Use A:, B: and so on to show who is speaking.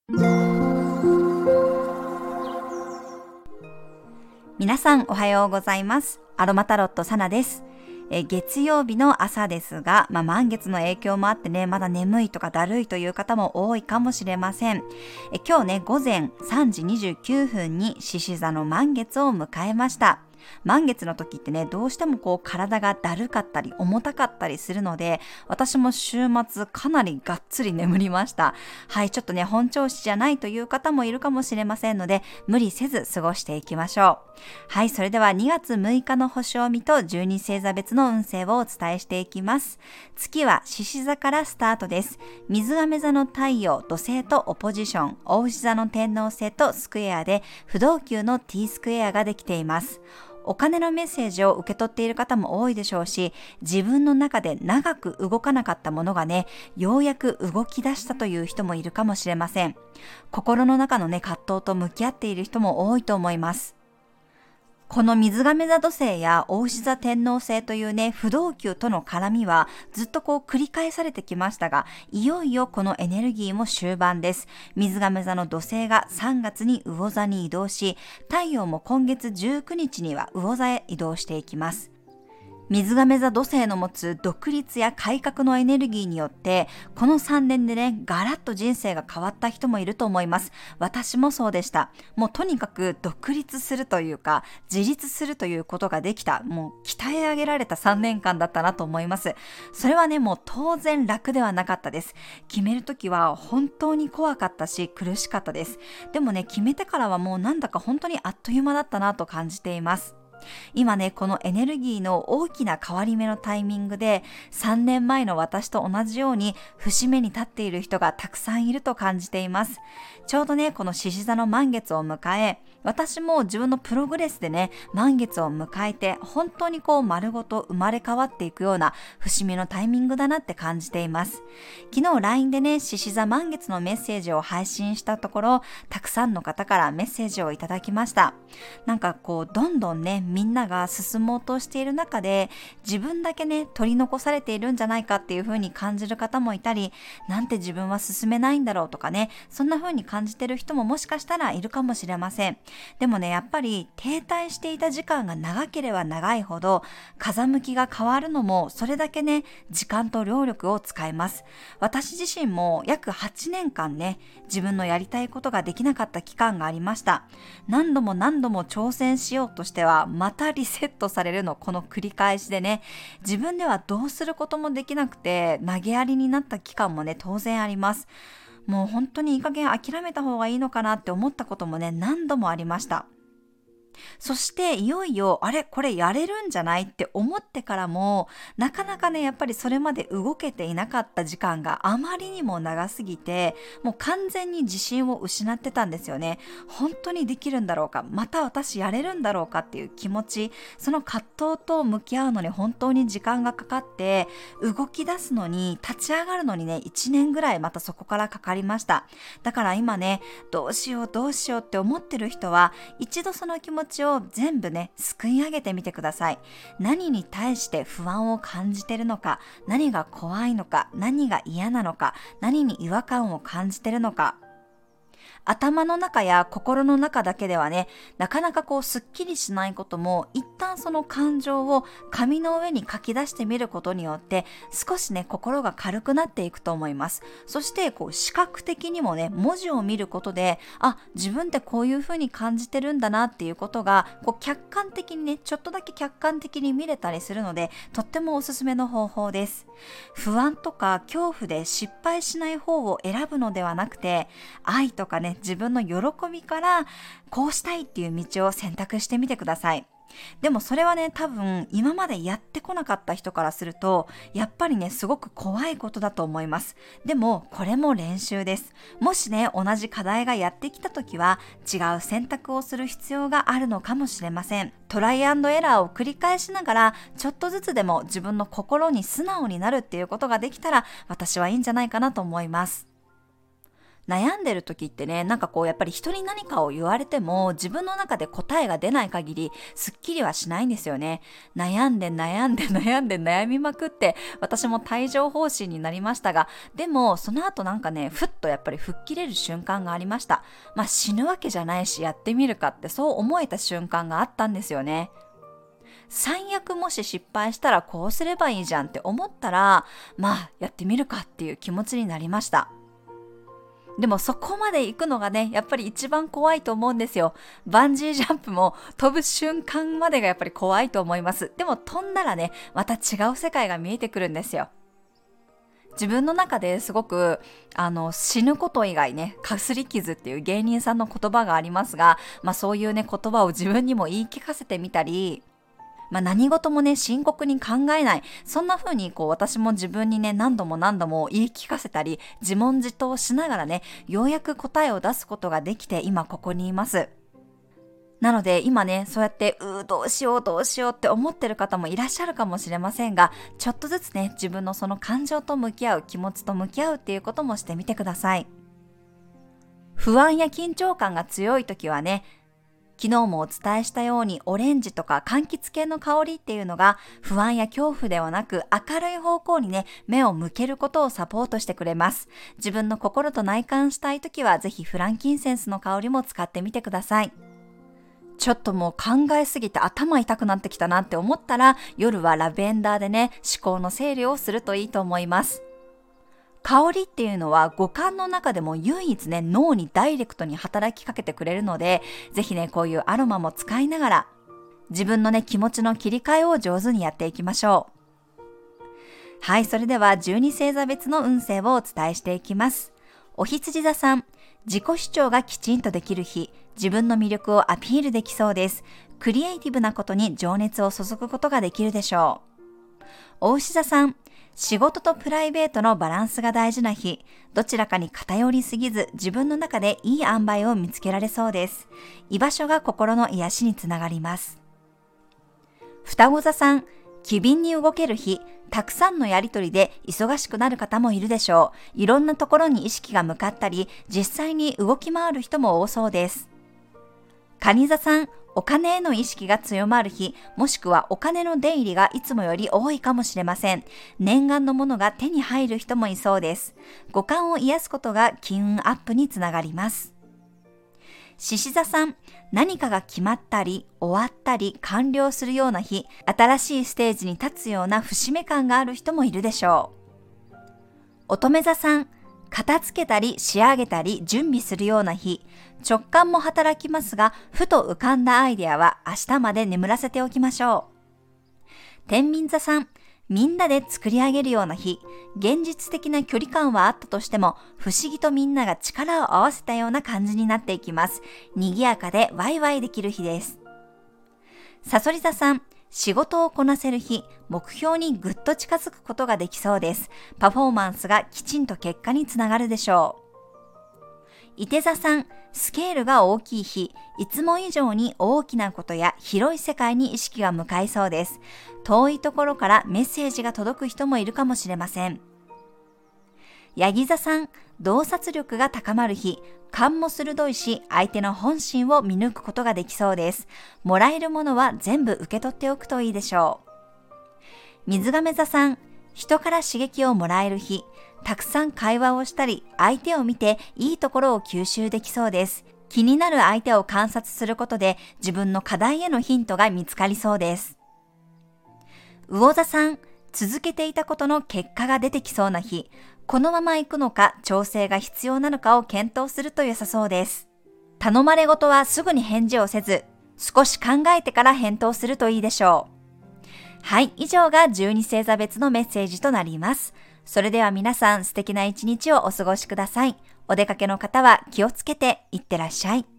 A: 皆さんおはようございます。アロマタロットサナです。月曜日の朝ですが、満月の影響もあってね、まだ眠いとかだるいという方も多いかもしれません。今日ね、午前3時29分に獅子座の満月を迎えました。満月の時ってね、どうしても体がだるかったり重たかったりするので、私も週末かなりがっつり眠りました。はい、ちょっとね、本調子じゃないという方もいるかもしれませんので、無理せず過ごしていきましょう。はい、それでは2月6日の星を見と12星座別の運勢をお伝えしていきます。月は獅子座からスタートです。水亀座の太陽、土星とオポジション、牡牛座の天王星とスクエアで不動級の T スクエアができています。お金のメッセージを受け取っている方も多いでしょうし、自分の中で長く動かなかったものがね、ようやく動き出したという人もいるかもしれません。心の中のね、葛藤と向き合っている人も多いと思います。この水亀座土星や牡牛座天王星というね、不動級との絡みはずっと繰り返されてきましたが、いよいよこのエネルギーも終盤です。水亀座の土星が3月に魚座に移動し、太陽も今月19日には魚座へ移動していきます。水亀座土星の持つ独立や改革のエネルギーによって、この3年でね、ガラッと人生が変わった人もいると思います。私もそうでした。もうとにかく独立するというか、自立するということができた、もう鍛え上げられた3年間だったなと思います。それはね、もう当然楽ではなかったです。決めるときは本当に怖かったし、苦しかったです。でもね、決めてからはもうなんだか本当にあっという間だったなと感じています。今ね、このエネルギーの大きな変わり目のタイミングで、3年前の私と同じように節目に立っている人がたくさんいると感じています。ちょうどね、この獅子座の満月を迎え、私も自分のプログレスでね、満月を迎えて、本当に丸ごと生まれ変わっていくような節目のタイミングだなって感じています。昨日 LINE でね、獅子座満月のメッセージを配信したところ、たくさんの方からメッセージをいただきました。なんかどんどんね、みんなが進もうとしている中で、自分だけね、取り残されているんじゃないかっていう風に感じる方もいたり、なんて自分は進めないんだろうとかね、そんな風に感じてる人ももしかしたらいるかもしれません。でもね、やっぱり停滞していた時間が長ければ長いほど、風向きが変わるのもそれだけね、時間と労力を使います。私自身も約8年間ね、自分のやりたいことができなかった期間がありました。何度も何度も挑戦しようとしては、またリセットされるのこの繰り返しでね、自分ではどうすることもできなくて、投げやりになった期間もね、当然あります。もう本当にいい加減諦めた方がいいのかなって思ったこともね、何度もありました。そしていよいよこれやれるんじゃないって思ってからも、なかなかね、やっぱりそれまで動けていなかった時間があまりにも長すぎて、もう完全に自信を失ってたんですよね。本当にできるんだろうか、また私やれるんだろうかっていう気持ち、その葛藤と向き合うのに本当に時間がかかって、動き出すのに立ち上がるのにね、1年ぐらいまたそこからかかりました。だから今ね、どうしようって思ってる人は、一度その気持ちを全部ね、すくい上げてみてください。何に対して不安を感じてるのか、何が怖いのか、何が嫌なのか、何に違和感を感じてるのか。頭の中や心の中だけではね、なかなかすっきりしないことも、一旦その感情を紙の上に書き出してみることによって、少しね、心が軽くなっていくと思います。そして視覚的にもね、文字を見ることで、自分ってこういう風に感じてるんだなっていうことが、客観的にね、ちょっとだけ客観的に見れたりするので、とってもおすすめの方法です。不安とか恐怖で失敗しない方を選ぶのではなくて、愛とかね、自分の喜びからこうしたいっていう道を選択してみてください。でもそれはね、多分今までやってこなかった人からすると、やっぱりね、すごく怖いことだと思います。でもこれも練習です。もしね、同じ課題がやってきた時は、違う選択をする必要があるのかもしれません。トライアンドエラーを繰り返しながら、ちょっとずつでも自分の心に素直になるっていうことができたら、私はいいんじゃないかなと思います。 悩んでる時ってね、なんかこうやっぱり人に何かを言われても自分の中で答えが出ない限りすっきりはしないんですよね。悩んで悩みまくって、私も帯状疱疹になりましたが、でもその後なんかね、ふっとやっぱり吹っ切れる瞬間がありました。死ぬわけじゃないしやってみるかってそう思えた瞬間があったんですよね。最悪もし失敗したらこうすればいいじゃんって思ったら、やってみるかっていう気持ちになりました。でもそこまで行くのがね、やっぱり一番怖いと思うんですよ。バンジージャンプも飛ぶ瞬間までがやっぱり怖いと思います。でも飛んだらね、また違う世界が見えてくるんですよ。自分の中ですごく死ぬこと以外ね、かすり傷っていう芸人さんの言葉がありますが、そういうね言葉を自分にも言い聞かせてみたり、何事もね、深刻に考えない。そんな風に私も自分にね、何度も言い聞かせたり、自問自答しながらね、ようやく答えを出すことができて、今ここにいます。なので今ね、そうやってどうしようって思ってる方もいらっしゃるかもしれませんが、ちょっとずつね、自分のその感情と向き合う、気持ちと向き合うっていうこともしてみてください。不安や緊張感が強い時はね、昨日もお伝えしたようにオレンジとか柑橘系の香りっていうのが不安や恐怖ではなく明るい方向にね、目を向けることをサポートしてくれます。自分の心と内観したいときはぜひフランキンセンスの香りも使ってみてください。ちょっともう考えすぎて頭痛くなってきたなって思ったら、夜はラベンダーでね、思考の整理をするといいと思います。香りっていうのは五感の中でも唯一ね、脳にダイレクトに働きかけてくれるので、ぜひね、こういうアロマも使いながら自分のね、気持ちの切り替えを上手にやっていきましょう。はい、それでは12星座別の運勢をお伝えしていきます。お羊座さん、自己主張がきちんとできる日、自分の魅力をアピールできそうです。クリエイティブなことに情熱を注ぐことができるでしょう。お牛座さん、仕事とプライベートのバランスが大事な日、どちらかに偏りすぎず自分の中でいい塩梅を見つけられそうです。居場所が心の癒しにつながります。双子座さん、機敏に動ける日、たくさんのやりとりで忙しくなる方もいるでしょう。いろんなところに意識が向かったり、実際に動き回る人も多そうです。蟹座さん、お金への意識が強まる日、もしくはお金の出入りがいつもより多いかもしれません。念願のものが手に入る人もいそうです。五感を癒すことが金運アップにつながります。獅子座さん、何かが決まったり、終わったり、完了するような日、新しいステージに立つような節目感がある人もいるでしょう。乙女座さん、片付けたり仕上げたり準備するような日、直感も働きますが、ふと浮かんだアイデアは明日まで眠らせておきましょう。天秤座さん、みんなで作り上げるような日、現実的な距離感はあったとしても、不思議とみんなが力を合わせたような感じになっていきます。賑やかでワイワイできる日です。蠍座さん、仕事をこなせる日、目標にぐっと近づくことができそうです。パフォーマンスがきちんと結果につながるでしょう。射手座さん、スケールが大きい日、いつも以上に大きなことや広い世界に意識が向かいそうです。遠いところからメッセージが届く人もいるかもしれません。ヤギ座さん、洞察力が高まる日、勘も鋭いし、相手の本心を見抜くことができそうです。もらえるものは全部受け取っておくといいでしょう。水亀座さん、人から刺激をもらえる日、たくさん会話をしたり、相手を見ていいところを吸収できそうです。気になる相手を観察することで、自分の課題へのヒントが見つかりそうです。魚座さん、続けていたことの結果が出てきそうな日、このまま行くのか調整が必要なのかを検討すると良さそうです。頼まれごとはすぐに返事をせず、少し考えてから返答するといいでしょう。はい、以上が12星座別のメッセージとなります。それでは皆さん素敵な一日をお過ごしください。お出かけの方は気をつけていってらっしゃい。